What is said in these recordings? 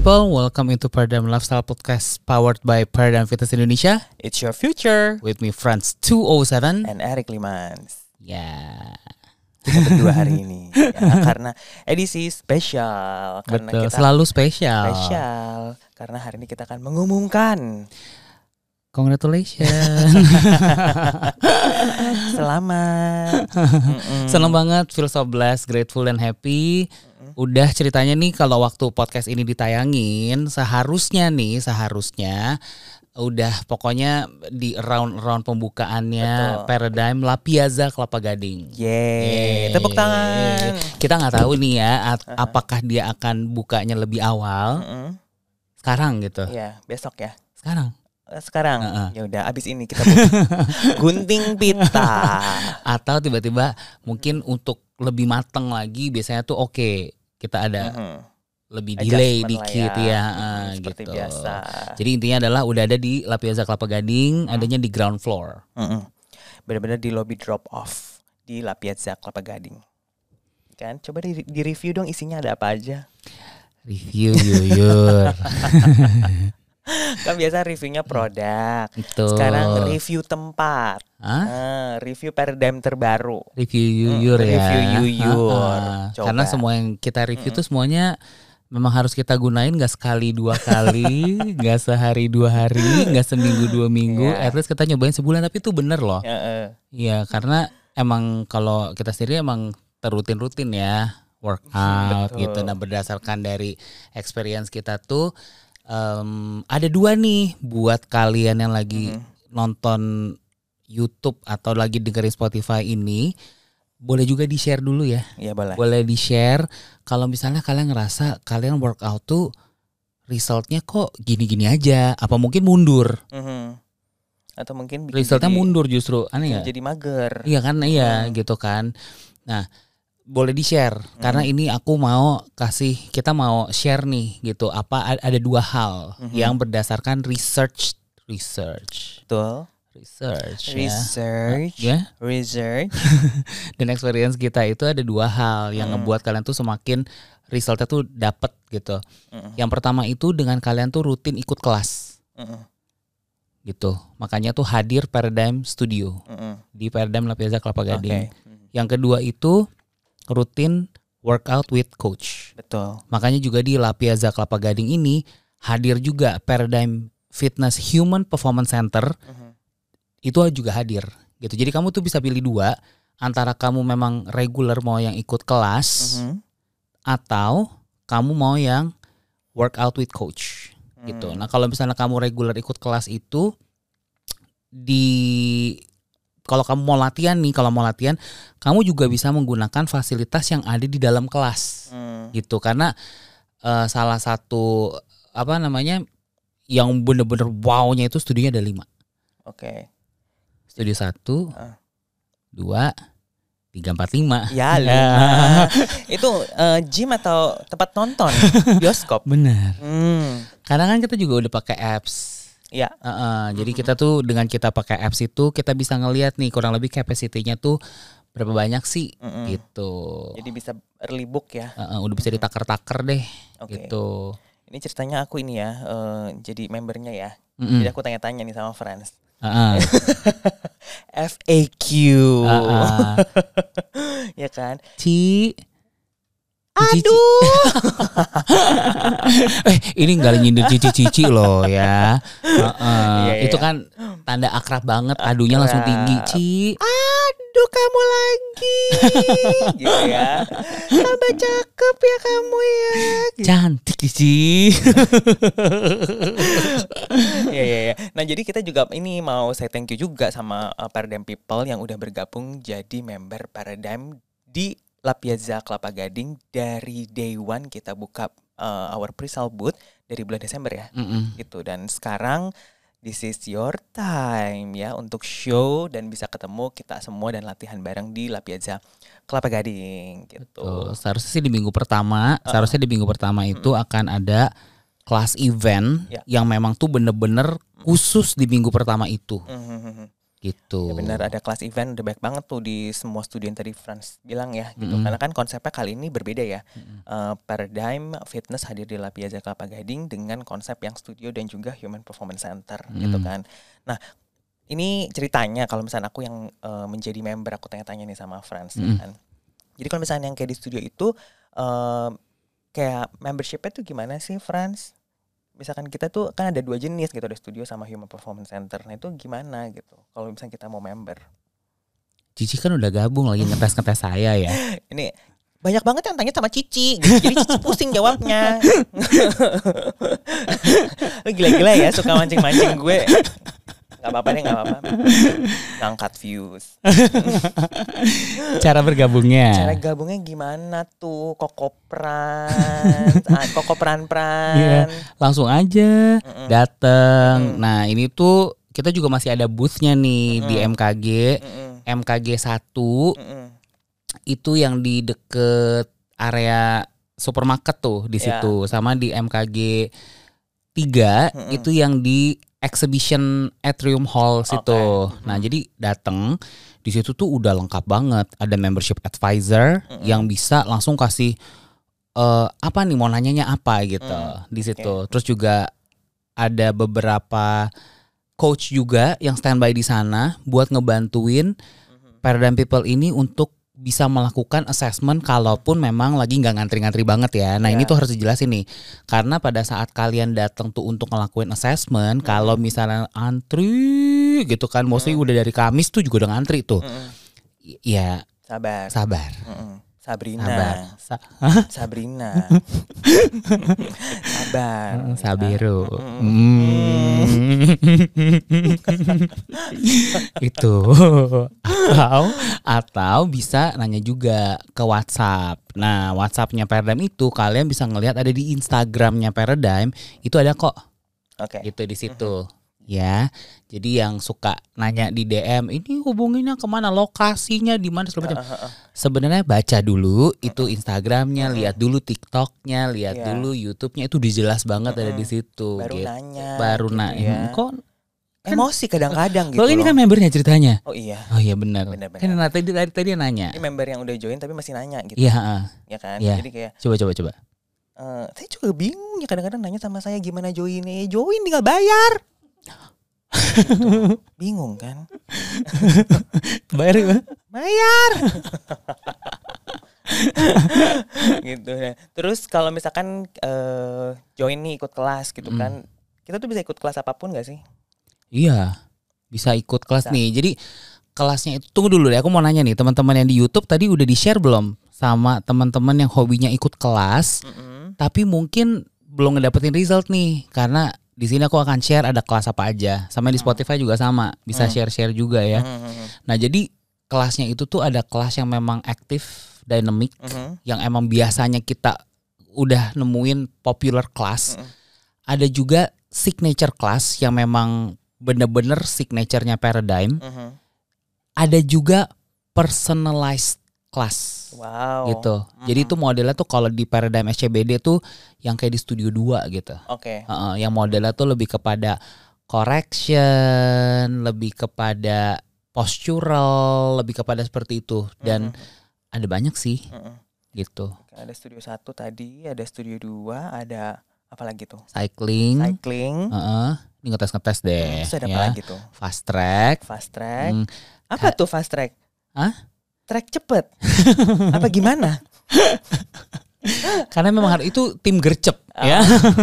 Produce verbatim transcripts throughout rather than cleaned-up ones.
people, welcome into Paradigm Lifestyle Podcast powered by Paradigm Fitness Indonesia. It's your future. With me Franz two oh seven and Eric Limans. Ya. Yeah. Kita berdua hari ini ya, karena edisi spesial. Karena Betul, kita selalu spesial. Spesial karena hari ini kita akan mengumumkan. Congratulations. Selamat. Seneng banget, feel so blessed, grateful and happy. Udah ceritanya nih kalau waktu podcast ini ditayangin seharusnya nih seharusnya udah pokoknya di round-round pembukaannya. Betul. Paradigm La Piazza Kelapa Gading. Yeay, tepuk tangan. Kita nggak tahu nih ya at- uh-huh. apakah dia akan bukanya lebih awal uh-huh. sekarang gitu. Iya, besok ya. Sekarang. Sekarang uh-uh. ya udah abis ini kita gunting pita atau tiba-tiba mungkin untuk lebih mateng lagi biasanya tuh oke okay, kita ada uh-huh. lebih delay dikit ya, ya uh, seperti gitu. biasa. Jadi intinya adalah udah ada di La Piazza Kelapa Gading, uh-huh. adanya di ground floor. Uh-uh. Benar-benar di lobby drop off di La Piazza Kelapa Gading. Kan coba di, di review dong isinya ada apa aja. Review Yuyur. Kan biasa reviewnya produk. Betul. Sekarang review tempat. Nah, review paradigm terbaru. Review Yuyur hmm, ya. Review Yuyur. Karena semua yang kita review mm-hmm. tuh semuanya memang harus kita gunain gak sekali dua kali, gak sehari dua hari, gak seminggu dua minggu. Yeah. At least kita nyobain sebulan, tapi itu bener loh. Iya, yeah, uh. karena emang kalau kita sendiri emang terutin-rutin ya workout gitu. Nah berdasarkan dari experience kita tuh Um, ada dua nih buat kalian yang lagi mm-hmm. nonton YouTube atau lagi dengerin Spotify ini, boleh juga di-share dulu ya. Iya boleh. Boleh di-share kalau misalnya kalian ngerasa kalian workout tuh resultnya kok gini-gini aja, apa mungkin mundur? Mm-hmm. Atau mungkin resultnya jadi, mundur justru, aneh ya? Jadi mager. Iya kan, iya mm. gitu kan. Nah. Boleh di-share hmm. karena ini aku mau kasih kita mau share nih gitu apa ada dua hal hmm. yang berdasarkan research research betul research research ya research dan experience kita itu ada dua hal yang hmm. ngebuat kalian tuh semakin resultnya tuh dapet gitu. Hmm. Yang pertama itu dengan kalian tuh rutin ikut kelas. Hmm. Gitu. Makanya tuh hadir Paradigm Studio hmm. di Paradigm La Piazza Kelapa Gading. Okay. Hmm. Yang kedua itu rutin workout with coach. Betul. Makanya juga di La Piazza Kelapa Gading ini hadir juga Paradigm Fitness Human Performance Center. Uh-huh. Itu juga hadir gitu. Jadi kamu tuh bisa pilih dua, antara kamu memang regular mau yang ikut kelas uh-huh. atau kamu mau yang workout with coach uh-huh. gitu. Nah, kalau misalnya kamu regular ikut kelas itu di kalau kamu mau latihan nih, kalau mau latihan, kamu juga bisa menggunakan fasilitas yang ada di dalam kelas, hmm. gitu. Karena uh, salah satu apa namanya yang bener-bener wow-nya itu studionya ada lima. Oke. Okay. Studio satu, uh. dua, tiga, empat, lima. Ya, lima. Itu uh, gym atau tempat nonton, bioskop. Benar. Hmm. Karena kan kita juga udah pakai apps. Ya. Uh, uh, jadi kita tuh dengan kita pakai apps itu kita bisa ngelihat nih kurang lebih capacity-nya tuh berapa banyak sih mm-mm. gitu. Jadi bisa early book ya. Uh, uh, udah bisa ditakar-takar deh. Okay. Gitu. Ini ceritanya aku ini ya uh, jadi membernya ya. Mm-mm. Jadi aku tanya-tanya nih sama Franz. Uh-uh. F A Q. Uh-uh. Ya kan? Ci Aduh. eh ini nggak nyindir cici-cici loh ya. Uh-uh. Yeah, yeah. Itu kan tanda akrab banget. Adunya langsung tinggi. Ci. Aduh kamu lagi. Gitu ya. Tambah cakep ya kamu ya. Gitu. Cantik Ci. Ya ya ya. Nah jadi kita juga ini mau say thank you juga sama uh, Paradigm People yang udah bergabung jadi member Paradigm di La Piazza Kelapa Gading. Dari day one kita buka uh, our pre-sale booth dari bulan Desember ya. Mm-mm. Gitu. Dan sekarang this is your time ya untuk show dan bisa ketemu kita semua dan latihan bareng di La Piazza Kelapa Gading gitu. Betul. Seharusnya sih di minggu pertama, uh. seharusnya di minggu pertama itu mm. akan ada kelas event ya. Yang memang tuh bener-bener khusus di minggu pertama itu. Mm-hmm. gitu. Ya benar, ada kelas event udah banyak banget tuh di semua studio yang tadi Frans bilang ya gitu. Mm-mm. Karena kan konsepnya kali ini berbeda ya. Mm-mm. Uh, Paradigm Fitness hadir di La Piazza Kelapa Gading dengan konsep yang studio dan juga Human Performance Center Mm. gitu kan. Nah, ini ceritanya kalau misalnya aku yang uh, menjadi member, aku tanya-tanya nih sama Frans Mm. ya kan. Jadi kalau misalnya yang kayak di studio itu uh, kayak membershipnya tuh gimana sih Frans? Misalkan kita tuh kan ada dua jenis gitu, ada studio sama Human Performance Center. Nah itu gimana gitu kalau misalnya kita mau member? Cici kan udah gabung lagi ngetes-ngetes saya ya. Ini banyak banget yang tanya sama Cici gitu. Jadi Cici pusing jawabnya. Lu gila-gila ya suka mancing-mancing gue. Gak apa-apa deh, gak apa-apa. Ngangkat views. Cara bergabungnya. Cara gabungnya gimana tuh? Kokopran, ah, kokopran-pran. Iya, langsung aja Mm-mm. dateng. Mm. Nah ini tuh kita juga masih ada boothnya nih di Mm. M K G, Mm-mm. M K G satu Mm-mm. itu yang di deket area supermarket tuh di Ya. situ, sama di M K G tiga Mm-mm. itu yang di Exhibition Atrium Hall situ. Oke. Nah jadi dateng di situ tuh udah lengkap banget, ada membership advisor Mm-mm. yang bisa langsung kasih eh, apa nih mau nanyanya apa gitu Mm, di situ. oke. Terus juga ada beberapa coach juga yang standby di sana buat ngebantuin Mhm. Paradigm People ini untuk bisa melakukan assessment kalaupun memang lagi nggak ngantri-ngantri banget ya. Nah Ya. ini tuh harus dijelasin nih, karena pada saat kalian datang tuh untuk ngelakuin assessment, kalau misalnya antri gitu kan, mostly Hmm. udah dari Kamis tuh juga udah ngantri tuh. Mm-mm. I- Ya Sabar. sabar, Mm-mm. Sabrina. sabar, Sa- Sabrina. Sabar. Sabiru. Mm-mm. Hmm. Itu atau atau bisa nanya juga ke WhatsApp. Nah WhatsAppnya Paradigm itu kalian bisa ngelihat ada di Instagramnya Paradigm, itu ada kok Oke. gitu di situ. Ya, jadi yang suka nanya di D M, ini hubunginnya kemana, lokasinya di mana segala macam. Uh, uh, uh. Sebenarnya baca dulu itu Instagramnya, lihat dulu TikToknya, lihat Iya. dulu YouTube-nya, itu udah jelas banget ada di Mm-mm. situ. Baru gitu. nanya. Baru gitu nanya. ya. Kok? Emosi kadang-kadang gitu Kalau ini loh. kan membernya ceritanya. Oh iya. Oh iya benar. Benar-benar. Kan nah, tadi tadi tadi nanya. Ini member yang udah join tapi masih nanya gitu. Iya. heeh. Ya kan. Iya. Jadi kayak Coba coba coba. eh, saya juga bingung ya kadang-kadang nanya sama saya gimana joinnya. Join tinggal bayar. Gitu. Bingung kan? Bayar ya? Bayar. Gitu ya. Terus kalau misalkan eh, join nih ikut kelas gitu Hmm. kan. Kita tuh bisa ikut kelas apapun gak sih? Iya. Bisa ikut kelas Bisa. nih. Jadi kelasnya itu, tunggu dulu deh, aku mau nanya nih, teman-teman yang di YouTube tadi udah di-share belum sama teman-teman yang hobinya ikut kelas, Mm-mm. tapi mungkin belum ngedapetin result nih, karena di sini aku akan share ada kelas apa aja, sama di Spotify juga sama, bisa Hmm. share-share juga ya. Mhm. Nah jadi kelasnya itu tuh ada kelas yang memang aktif, dynamic, Mhm. yang emang biasanya kita udah nemuin popular class. Mhm. Ada juga signature class yang memang bener-bener signaturenya Paradigm. Mhm. Ada juga personalized class. Wow. Gitu. Jadi itu modelnya tuh kalau di Paradigm S C B D tuh yang kayak di Studio dua gitu. Oke. Heeh, yang modelnya tuh lebih kepada correction, lebih kepada postural, lebih kepada seperti itu. Dan Mhm. ada banyak sih Mhm. gitu. Oke, ada studio satu tadi, ada studio dua, ada apa lagi tuh? Cycling. Cycling. Heeh. Ini ngetes-ngetes deh. Terus ada ya. apa lagi tuh? Fast track. Fast track. Hmm, Apa tuh fast track? Hah? Track cepet. Apa gimana? Karena memang hari itu tim gercep ya.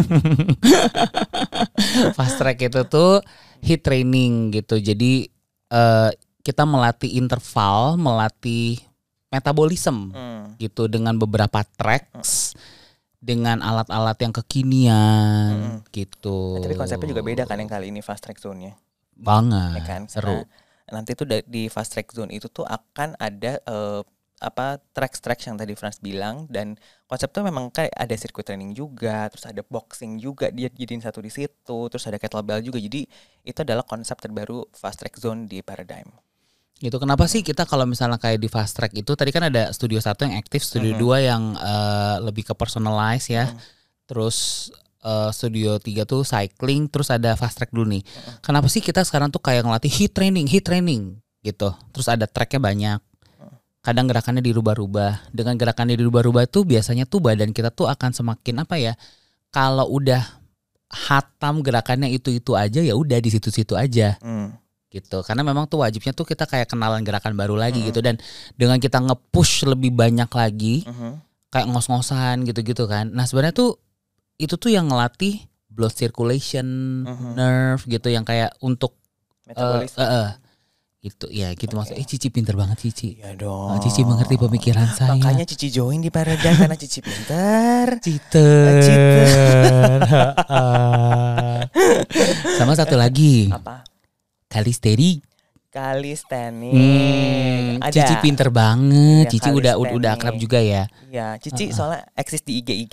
Fast track itu tuh hit training gitu. Jadi eh, kita melatih interval, melatih metabolisme Hmm. gitu dengan beberapa tracks, dengan alat-alat yang kekinian gitu. Nah, tapi konsepnya juga beda kan yang kali ini fast track zone-nya. Banget. Ya kan? Seru. Karena nanti tuh da- di fast track zone itu tuh akan ada eh, apa tracks-tracks yang tadi Frans bilang, dan konsep tuh memang kayak ada circuit training juga, terus ada boxing juga dia jadiin satu di situ, terus ada kettlebell juga. Jadi itu adalah konsep terbaru fast track zone di Paradigm. Gitu. Kenapa sih kita kalau misalnya kayak di fast track itu tadi kan ada studio satu yang aktif, studio Mhm. dua yang eh, lebih ke personalize ya. Mhm. Terus uh, Studio tiga tuh cycling, terus ada fast track dulu nih. Uh-uh. Kenapa sih kita sekarang tuh kayak ngelatih hit training, hit training gitu. Terus ada tracknya banyak. Kadang gerakannya dirubah-rubah. Dengan gerakannya dirubah-rubah tuh biasanya tuh badan kita tuh akan semakin apa ya? Kalau udah hatam gerakannya itu-itu aja ya udah di situ-situ aja. Hmm. Gitu. Karena memang tuh wajibnya tuh kita kayak kenalan gerakan baru lagi hmm. gitu, dan dengan kita nge-push lebih banyak lagi, hmm. kayak ngos-ngosan gitu-gitu kan. Nah, sebenarnya tuh itu tuh yang ngelatih blood circulation, hmm. nerve gitu, yang kayak untuk metabolisme. Uh, uh, uh, Itu ya gitu okay. Maksudnya eh, Cici pinter banget Cici. Iya dong. Cici mengerti pemikiran saya. Makanya Cici join di Paradigm karena Cici pinter. Citer. Citer. Sama satu lagi. Apa? Kalisteri. Kalisteni. Hmm, ada. Cici pinter banget. Ya, Cici udah udah akrab juga ya. Iya, Cici uh-uh. soalnya eksis di I G I G.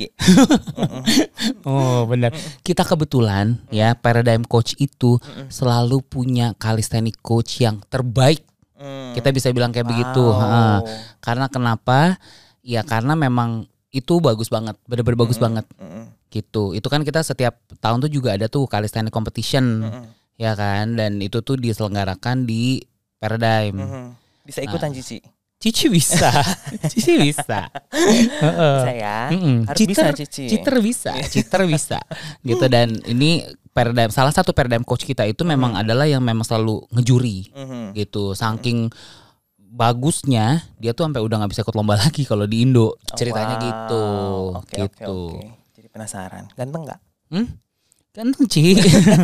Oh, benar. Kita kebetulan mm. ya Paradigm Coach itu Mm-mm. selalu punya calisthenics coach yang terbaik. Mm. Kita bisa bilang kayak wow. begitu. Ha. Karena kenapa? Ya karena memang itu bagus banget, benar-benar bagus Mm-mm. banget. Mm-mm. Gitu. Itu kan kita setiap tahun tuh juga ada tuh calisthenics competition. Mm-mm. Ya kan, dan itu tuh diselenggarakan di Paradigm. Mm-hmm. Bisa ikutan nah. Cici? Cici bisa, Cici bisa. Bisa ya, mm-hmm. harus Citer, bisa Cici. Citer bisa, Citer bisa. Gitu, dan ini Paradigm, salah satu Paradigm coach kita itu memang mm-hmm. adalah yang memang selalu ngejuri. Mm-hmm. Gitu, saking mm-hmm. bagusnya dia tuh sampai udah nggak bisa ikut lomba lagi kalau di Indo. Ceritanya wow. gitu, okay, gitu. Okay, okay. Jadi penasaran, ganteng nggak? Hmm? Ganteng Ci.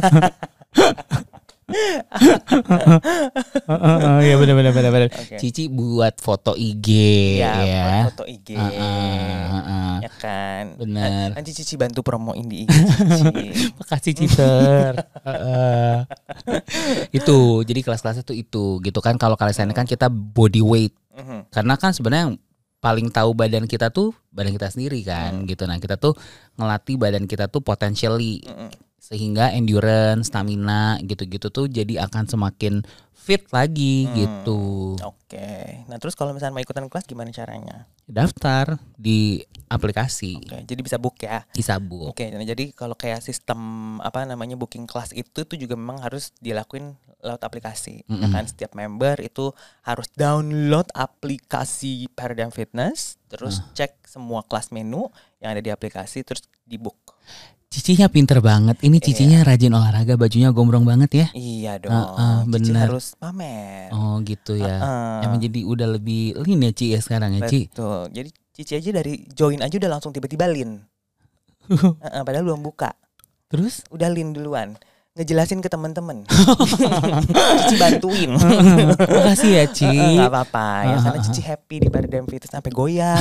Iya benar benar benar benar. Okay. Cici buat foto I G ya. Ya. Buat foto I G. Uh, uh, uh, uh. Ya kan. Benar. Nanti Cici bantu promoin di I G Cici. Makasih Citer. uh, uh. Itu jadi kelas-kelasnya tuh itu gitu kan. Kalau kalian kan kita body weight. Uh-huh. Karena kan sebenarnya yang paling tahu badan kita tuh badan kita sendiri kan. Uh-huh. Gitu. Nah kita tuh ngelatih badan kita tuh potentially. Uh-huh. Sehingga endurance, stamina gitu-gitu tuh jadi akan semakin fit lagi hmm, gitu. Oke. Okay. Nah terus kalau misalnya mau ikutan kelas gimana caranya? Daftar di aplikasi. Oke. Okay, jadi bisa book ya? Bisa book. Oke. Okay, nah jadi kalau kayak sistem apa namanya booking kelas itu tuh juga memang harus dilakuin lewat aplikasi. Mm-hmm. Ya kan setiap member itu harus download aplikasi Paradigm Fitness, terus uh. cek semua kelas menu yang ada di aplikasi, terus di book. Cicinya pinter banget. Ini cicinya iya. rajin olahraga, bajunya gombrong banget ya. Iya dong. Uh, uh, Cici bener. harus pamer. Oh gitu ya. Uh, uh. Emang jadi udah lebih lean ya Ci ya sekarang ya Ci. Betul. Jadi Cici aja dari join aja udah langsung tiba-tiba lean. uh, uh, padahal belum buka. Terus? Udah lean duluan. Ngejelasin ke teman-teman. Cici bantuin. Makasih ya Ci. uh, uh, Gak apa-apa ya, uh, karena Cici happy di Paradigm Fitness sampai goyang.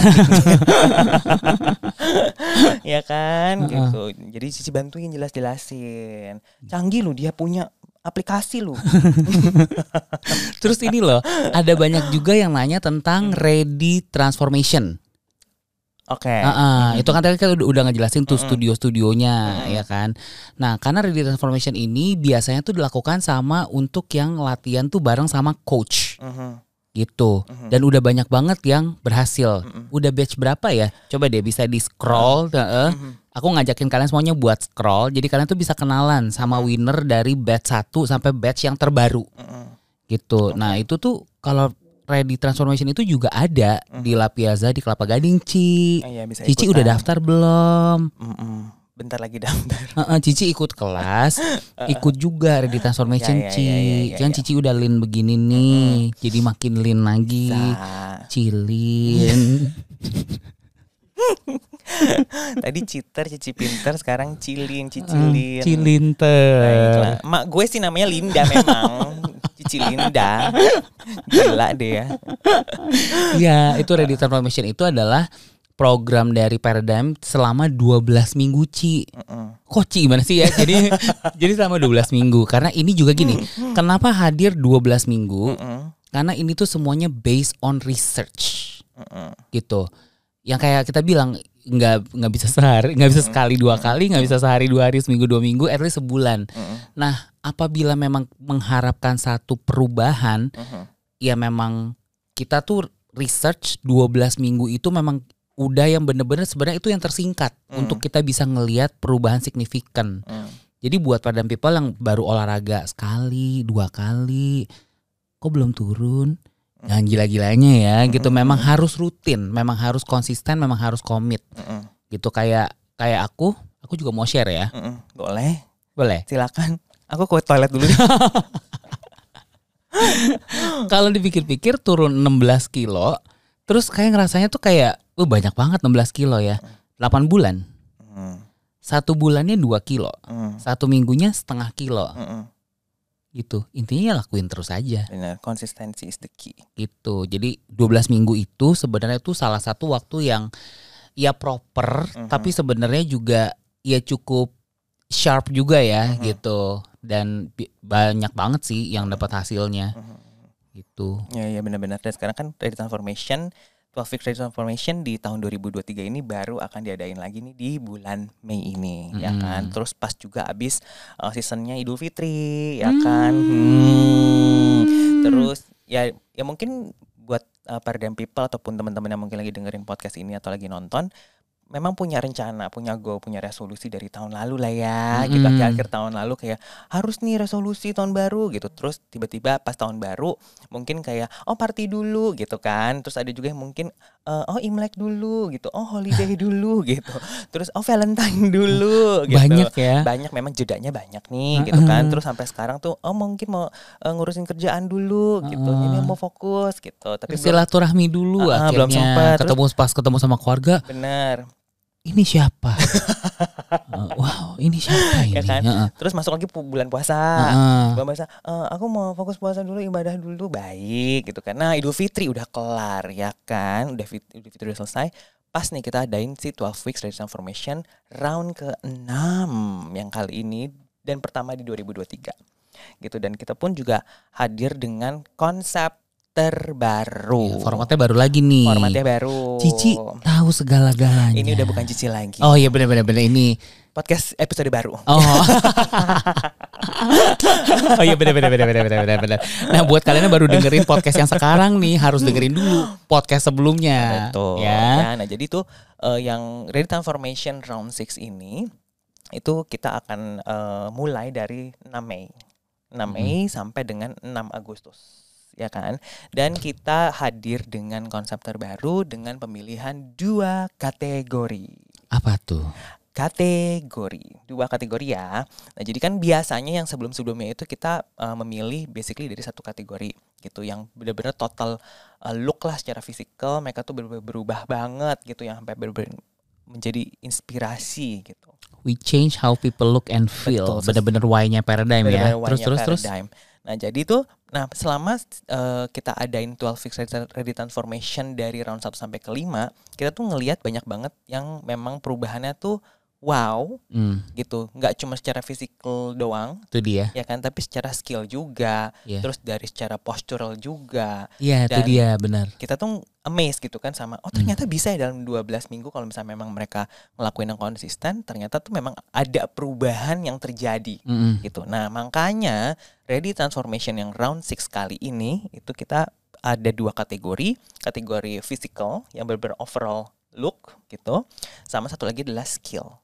Ya kan, uh-uh. gitu. Jadi Cici bantuin jelas-jelasin. Canggih lu, dia punya aplikasi lu. Terus ini loh, ada banyak juga yang nanya tentang ready transformation. Oke. Okay. Uh-uh. Mm-hmm. Itu kan tadi kan udah, udah ngejelasin tuh mm-hmm. studio-studionya, mm-hmm. ya kan. Nah, karena ready transformation ini biasanya tuh dilakukan sama untuk yang latihan tuh bareng sama coach. Mm-hmm. Gitu. Mm-hmm. Dan udah banyak banget yang berhasil. Mm-hmm. Udah batch berapa ya? Coba deh bisa di scroll. Uh, mm-hmm. Aku ngajakin kalian semuanya buat scroll. Jadi kalian tuh bisa kenalan sama winner dari batch satu sampai batch yang terbaru. Mm-hmm. Gitu. Okay. Nah, itu tuh kalau ready transformation itu juga ada mm-hmm. di La Piazza di Kelapa Gading, Ci. Eh, ya, bisa Cici udah daftar belum? Mm-mm. Bentar lagi daftar. Uh-uh, Cici ikut kelas, ikut juga ready transformation, ya, ya, Ci. Ya, ya, ya, kan ya. Cici udah lean begini nih, mm-hmm. jadi makin lean lagi, cilin. Tadi Citer, Cici pinter, sekarang Cilin, Cicilin. Uh, Cilinter. Mak gue sih namanya Linda memang. Cici Linda. Gila deh ya. Ya, itu ready transformation itu adalah program dari Paradigm selama dua belas minggu, Ci. Uh-uh. Kok Ci gimana sih ya? Jadi jadi selama dua belas minggu. Karena ini juga gini, kenapa hadir dua belas minggu? Uh-uh. Karena ini tuh semuanya based on research. Uh-uh. Gitu. Yang kayak kita bilang nggak nggak bisa sehari, nggak bisa sekali dua kali, nggak bisa sehari dua hari, seminggu dua minggu, at least sebulan. Uh-uh. Nah, apabila memang mengharapkan satu perubahan, uh-huh. ya memang kita tuh research dua belas minggu itu memang udah yang bener-bener sebenarnya itu yang tersingkat Hmm. untuk kita bisa ngelihat perubahan signifikan. Hmm. Jadi buat Paradigm People yang baru olahraga sekali, dua kali, kok belum turun? Jangan gila-gilanya ya, gitu. Memang harus rutin, memang harus konsisten, memang harus komit. Mm-mm. Gitu kayak kayak aku, aku juga mau share ya. Mm-mm. Boleh, Boleh. silakan. Aku ke toilet dulu. nih. Kalau dipikir-pikir turun enam belas kilo, terus kayak ngerasanya tuh kayak, uh banyak banget enam belas kilo ya. delapan bulan. Hmm. Satu bulannya dua kilo. Hmm. Satu minggunya setengah kilo. Mm-mm. Gitu. Intinya ya lakuin terus aja. Benar, konsistensi is the key. Gitu. Jadi dua belas minggu itu sebenarnya tuh salah satu waktu yang ya proper, Mhm. tapi sebenarnya juga ya cukup sharp juga ya Mhm. gitu. Dan bi- banyak banget sih yang dapat hasilnya. Mhm. Gitu. Ya, ya benar-benar. Dan sekarang kan Ready Transformation, twelve Weeks Ready Transformation di tahun dua ribu dua puluh tiga ini baru akan diadain lagi nih di bulan Mei ini, ya Mm. kan. Terus pas juga abis uh, seasonnya Idul Fitri, ya kan. Hmm. Terus ya ya mungkin buat uh, Paradigm People ataupun teman-teman yang mungkin lagi dengerin podcast ini atau lagi nonton, memang punya rencana, punya goal, punya resolusi dari tahun lalu lah ya, Mm-mm. gitu akhir-akhir tahun lalu kayak harus nih resolusi tahun baru gitu. Terus tiba-tiba pas tahun baru mungkin kayak oh party dulu gitu kan. Terus ada juga yang mungkin uh, oh Imlek dulu gitu, oh holiday dulu gitu. Terus oh Valentine dulu gitu. Banyak ya. Banyak, memang jedanya banyak nih gitu kan. Terus sampai sekarang tuh oh mungkin mau uh, ngurusin kerjaan dulu gitu. Jadi mau fokus gitu. Tapi belum, Silaturahmi dulu Ah, akhirnya. belum sempet. Ketemu pas ketemu sama keluarga. bener. Ini siapa? Uh, wow, ini siapa Ya ini? kan? Heeh. Terus masuk lagi pu- bulan puasa. Heeh. Bulan puasa, "Eh, aku mau fokus puasa dulu, ibadah dulu." Baik gitu kan. Nah, Idul Fitri udah kelar ya kan. Udah fit, Idul Fitri udah selesai. Pas nih kita adain si twelve Weeks Ready Transformation round ke enam yang kali ini dan pertama di dua ribu dua puluh tiga. Gitu, dan kita pun juga hadir dengan konsep terbaru. Ya, formatnya baru lagi nih. Formatnya baru. Cici tahu segala-galanya. Ini udah bukan Cici lagi. Oh iya benar-benar benar ini. Podcast episode baru. Oh. Oh iya benar benar benar benar benar benar. Nah, buat kalian yang baru dengerin podcast yang sekarang nih harus dengerin dulu podcast sebelumnya. Betul. Ya. Ya, nah jadi tuh uh, yang Ready Transformation Round six ini itu kita akan uh, mulai dari enam Mei. enam Mei sampai dengan enam Agustus. Ya kan? Dan kita hadir dengan konsep terbaru dengan pemilihan dua kategori. Apa tuh? Kategori, dua kategori ya. Nah, jadi kan biasanya yang sebelum-sebelumnya itu kita uh, memilih basically dari satu kategori gitu, yang benar-benar total uh, look lah secara fisikal, mereka tuh benar-benar berubah banget gitu, yang sampai benar-benar menjadi inspirasi gitu. We change how people look and feel. Betul. Bener-bener why-nya Paradigm ya. Benar-benar Terus why-nya terus terus. Paradigm. Nah, jadi tuh nah selama uh, kita adain twelve Weeks Ready Transformation dari round satu sampai ke lima, kita tuh ngelihat banyak banget yang memang perubahannya tuh wow Hmm, gitu, nggak cuma secara fisikal doang itu dia. ya kan, tapi secara skill juga, Iya. terus dari secara postural juga. Iya, itu Dan dia benar. kita tuh amazed gitu kan sama oh ternyata bisa ya dalam dua belas minggu kalau misalnya memang mereka ngelakuin yang konsisten, ternyata tuh memang ada perubahan yang terjadi Mm-mm. gitu. Nah, makanya Ready Transformation yang round six kali ini itu kita ada dua kategori, kategori physical yang benar-benar overall look gitu, sama satu lagi adalah skill.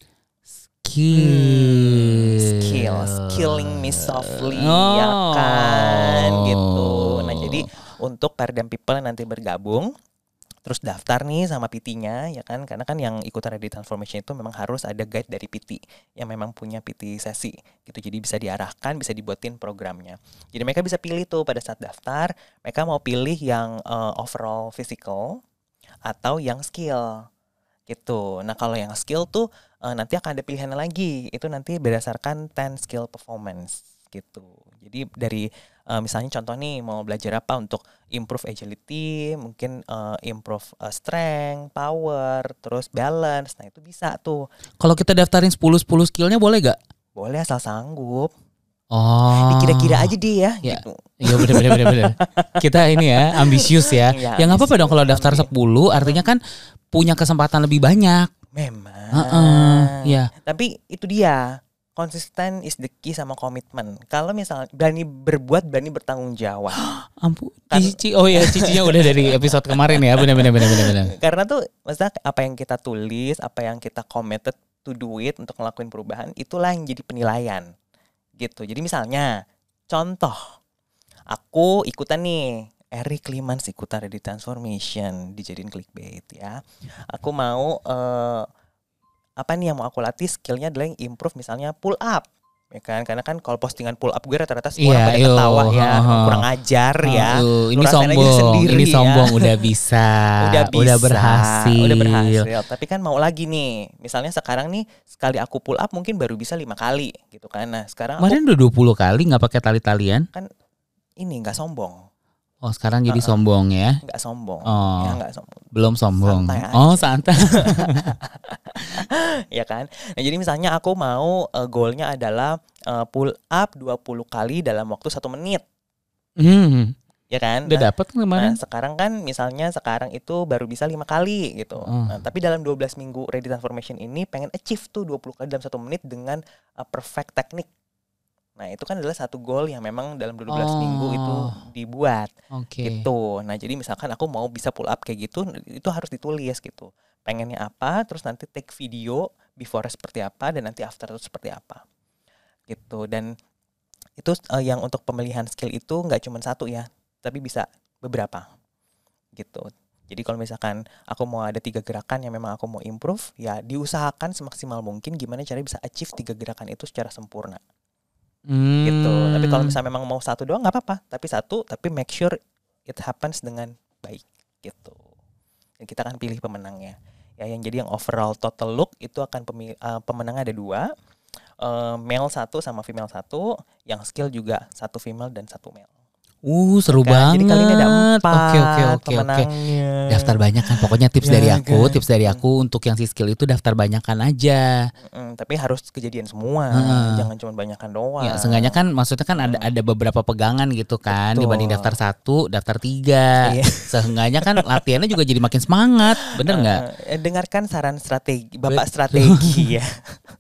Skill. Skill, skilling me softly, Oh. ya kan gitu. Nah, jadi untuk Paradigm People yang nanti bergabung, terus daftar nih sama P T-nya ya kan, karena kan yang ikutan Ready Transformation itu memang harus ada guide dari P T yang memang punya P T sesi gitu, jadi bisa diarahkan, bisa dibuatin programnya. Jadi mereka bisa pilih tuh pada saat daftar, mereka mau pilih yang uh, overall physical atau yang skill gitu. Nah, kalau yang skill tuh uh, nanti akan ada pilihannya lagi, itu nanti berdasarkan ten skill performance gitu. Jadi dari uh, misalnya contoh nih mau belajar apa untuk improve agility, mungkin uh, improve uh, strength, power, terus balance. Nah, itu bisa tuh. Kalau kita daftarin sepuluh sepuluh skillnya boleh gak? Boleh asal sanggup. Oh. Dikira-kira aja deh ya, Ya. gitu. Iya bener bener bener bener. Kita ini ya ambisius ya. Ya, Ya nggak apa-apa dong kalau ambisius, daftar ambi- sepuluh artinya kan punya kesempatan lebih banyak. Memang. Heeh, iya. Tapi itu dia. konsisten is the key sama komitmen. Kalau misalnya berani berbuat, berani bertanggung jawab. Ampun, kan, Cici. Oh ya, Cicinya udah dari episode kemarin ya. Benar benar benar benar benar. Karena tuh maksudnya apa yang kita tulis, apa yang kita committed to do it untuk ngelakuin perubahan, itulah yang jadi penilaian. Gitu. Jadi misalnya contoh, aku ikutan nih, Eric Clemans ikutan Ready Transformation, dijadiin clickbait ya. Aku mau uh, apa nih yang mau aku latih, skillnya adalah yang improve misalnya pull up, ya kan? Karena kan kalau postingan pull up gue rata-rata semua yeah, orang pada ketawa ya, uh, kurang ajar uh, ya. Uh, ini sombong, sendiri, ini sombong ya. Udah bisa, udah bisa, udah berhasil, udah berhasil. Tapi kan mau lagi nih, misalnya sekarang nih sekali aku pull up mungkin baru bisa lima kali, gitu kan? Nah sekarang kemarin udah dua puluh kali nggak pakai tali-talian? Kan ini nggak sombong. Oh sekarang jadi uh-uh. sombong ya? Nggak sombong, oh, ya nggak sombong. Belum sombong. Santai oh santai. Ya kan. Nah jadi misalnya aku mau uh, goalnya adalah uh, pull up dua puluh kali dalam waktu satu menit. Hmm. Ya kan. Udah nah, dapat kemarin. Nah sekarang kan misalnya sekarang itu baru bisa lima kali gitu. Oh. Nah, tapi dalam dua belas minggu Ready Transformation ini pengen achieve tuh dua puluh kali dalam satu menit dengan uh, perfect teknik. Nah itu kan adalah satu goal yang memang dalam dua belas oh. minggu itu dibuat okay. gitu. Nah jadi misalkan aku mau bisa pull up kayak gitu, itu harus ditulis gitu. Pengennya apa, terus nanti take video before seperti apa, dan nanti after itu seperti apa gitu. Dan itu uh, yang untuk pemilihan skill itu nggak cuma satu ya, tapi bisa beberapa gitu. Jadi kalau misalkan aku mau ada tiga gerakan yang memang aku mau improve, ya diusahakan semaksimal mungkin gimana caranya bisa achieve tiga gerakan itu secara sempurna. Hmm. Gitu. Tapi kalau misalnya memang mau satu doang nggak apa-apa. Tapi satu, tapi make sure it happens dengan baik. Gitu. Dan kita akan pilih pemenangnya. Ya, yang jadi yang overall total look itu akan pemil- uh, pemenangnya ada dua, uh, male satu sama female satu, yang skill juga satu female dan satu male. Uh seru kan? Banget. Jadi kali ini ada empat Oke oke oke oke. Daftar banyak kan. Pokoknya tips ya, dari aku, kan? tips dari aku hmm. untuk yang si skill itu daftar banyakan aja. Hmm, tapi harus kejadian semua, hmm. jangan cuma banyakan doang. Ya seenggaknya kan maksudnya kan ada ada beberapa pegangan gitu kan. Betul. Dibanding daftar satu, daftar tiga. Seenggaknya kan latihannya juga jadi makin semangat, bener nggak? Uh, dengarkan saran strategi, bapak strategi ya.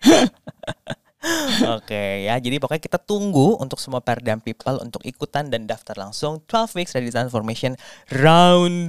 Oke okay, ya, jadi pokoknya kita tunggu untuk semua Paradigm People untuk ikutan dan daftar langsung twelve weeks Ready Transformation Round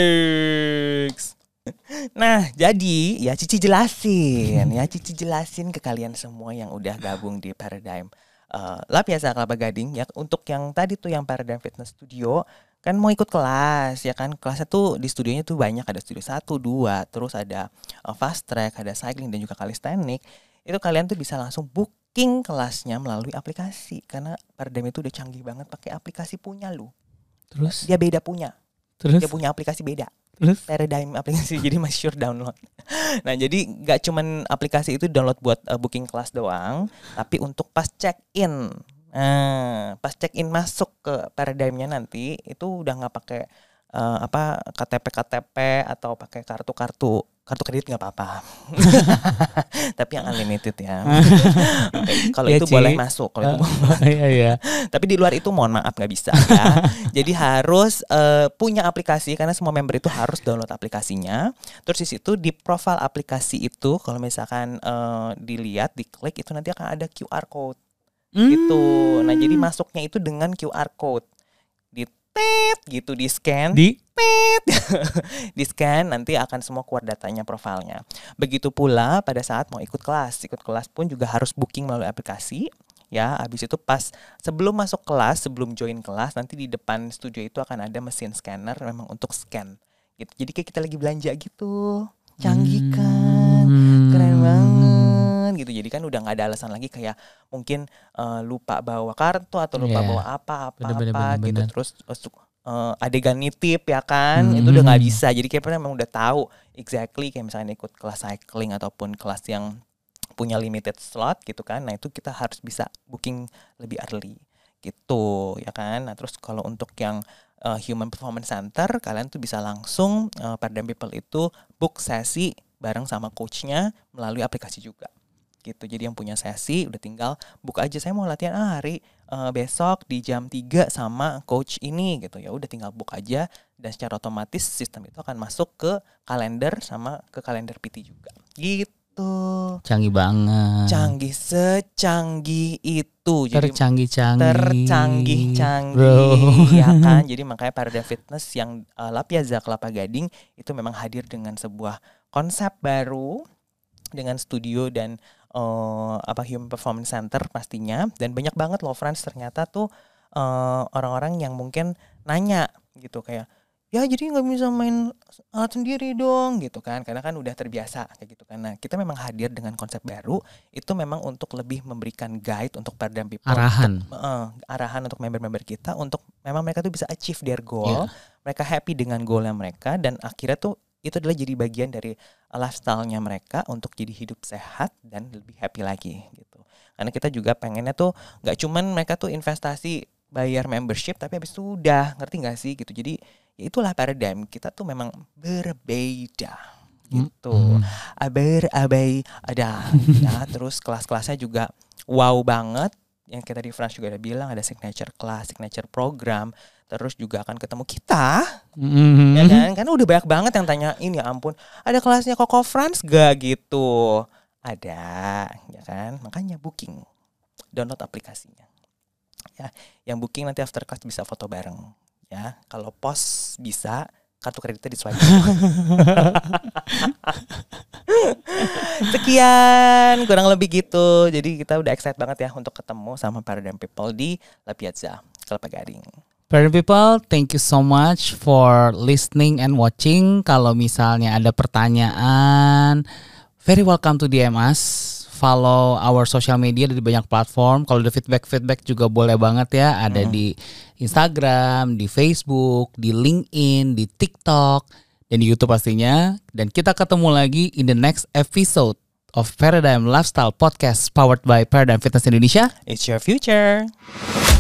six. Nah jadi ya Cici jelasin ya Cici jelasin ke kalian semua yang udah gabung di Paradigm uh, Lapiasa Kelapa Gading ya. Untuk yang tadi tuh yang Paradigm Fitness Studio kan mau ikut kelas ya kan, kelasnya tuh di studionya tuh banyak, ada studio satu, dua, terus ada uh, fast track, ada cycling dan juga calisthenics. Itu kalian tuh bisa langsung booking kelasnya melalui aplikasi, karena Paradigm itu udah canggih banget pakai aplikasi punya lu. Terus dia beda punya. Terus dia punya aplikasi beda. Terus Paradigm aplikasi jadi masih sure download. Nah, jadi enggak cuman aplikasi itu download buat uh, booking kelas doang, tapi untuk pas check in. Nah, pas check in masuk ke Paradigm-nya nanti itu udah enggak pakai uh, apa K T P K T P atau pakai kartu-kartu kartu kredit nggak apa-apa. Tapi yang unlimited ya. Okay, kalau ya, itu Ci. boleh masuk kalau uh, itu boleh. Iya, iya. Tapi di luar itu mohon maaf nggak bisa ya. Jadi harus uh, punya aplikasi, karena semua member itu harus download aplikasinya. Terus di situ di profile aplikasi itu kalau misalkan uh, dilihat, diklik itu nanti akan ada Q R code. Mm. Gitu. Nah, jadi masuknya itu dengan Q R code. Di tet gitu, di scan. Di di scan nanti akan semua keluar datanya, profilnya. Begitu pula pada saat mau ikut kelas. Ikut kelas pun juga harus booking melalui aplikasi. Ya, habis itu pas sebelum masuk kelas, sebelum join kelas, nanti di depan studio itu akan ada mesin scanner memang untuk scan. Gitu. Jadi kayak kita lagi belanja gitu. Canggih kan? Hmm. Keren banget gitu. Jadi kan udah nggak ada alasan lagi kayak mungkin uh, lupa bawa kartu atau lupa yeah. bawa apa-apa gitu. Terus Uh, adegan nitip ya kan, hmm. itu udah nggak bisa. Jadi kayak memang udah tahu exactly kayak misalnya ikut kelas cycling ataupun kelas yang punya limited slot gitu kan. Nah itu kita harus bisa booking lebih early gitu ya kan. Nah terus kalau untuk yang uh, Human Performance Center, kalian tuh bisa langsung uh, Paradigm People itu book sesi bareng sama coachnya melalui aplikasi juga. Gitu. Jadi yang punya sesi udah tinggal buka aja, saya mau latihan ah, hari uh, besok di jam tiga sama coach ini gitu. Ya udah tinggal book aja, dan secara otomatis sistem itu akan masuk ke kalender sama ke kalender P T juga. Gitu. itu. Canggih banget. Canggih secanggih itu. Jadi tercanggih-canggih. Tercanggih-canggih ya kan. Jadi makanya Paradigm Fitness yang uh, La Piazza Kelapa Gading itu memang hadir dengan sebuah konsep baru, dengan studio dan uh, apa Human Performance Center pastinya. Dan banyak banget loh friends ternyata tuh uh, orang-orang yang mungkin nanya gitu kayak, ya jadi nggak bisa main alat sendiri dong gitu kan, karena kan udah terbiasa kayak gitu kan. Nah kita memang hadir dengan konsep baru itu memang untuk lebih memberikan guide untuk Paradigm People, arahan untuk, uh, arahan untuk member-member kita untuk memang mereka tuh bisa achieve their goal, yeah. Mereka happy dengan goalnya mereka dan akhirnya tuh itu adalah jadi bagian dari lifestyle-nya mereka untuk jadi hidup sehat dan lebih happy lagi gitu. Karena kita juga pengennya tuh nggak cuman mereka tuh investasi bayar membership tapi habis itu udah, ngerti nggak sih gitu. Jadi ya itulah Paradigm, kita tuh memang berbeda gitu. Mm-hmm. Aber-abai ada ya, terus kelas-kelasnya juga wow banget. Yang kita di France juga udah bilang ada signature class, signature program. Terus juga akan ketemu kita, mm-hmm. ya kan? Karena udah banyak banget yang tanya, ini ya ampun, ada kelasnya Koko France gak gitu? Ada, ya kan? Makanya booking, download aplikasinya. Ya, yang booking nanti after class bisa foto bareng. Ya, kalau pos bisa, kartu kreditnya di swipe. Sekian, kurang lebih gitu. Jadi kita udah excited banget ya untuk ketemu sama Paradigm People di La Piazza Kelapa Gading. Paradigm People, thank you so much for listening and watching. Kalau misalnya ada pertanyaan, very welcome to D M us. Follow our social media di banyak platform. Kalau ada feedback-feedback juga boleh banget ya. Ada hmm. di Instagram, di Facebook, di LinkedIn, di TikTok, dan di YouTube pastinya. Dan kita ketemu lagi in the next episode of Paradigm Lifestyle Podcast powered by Paradigm Fitness Indonesia. It's your future.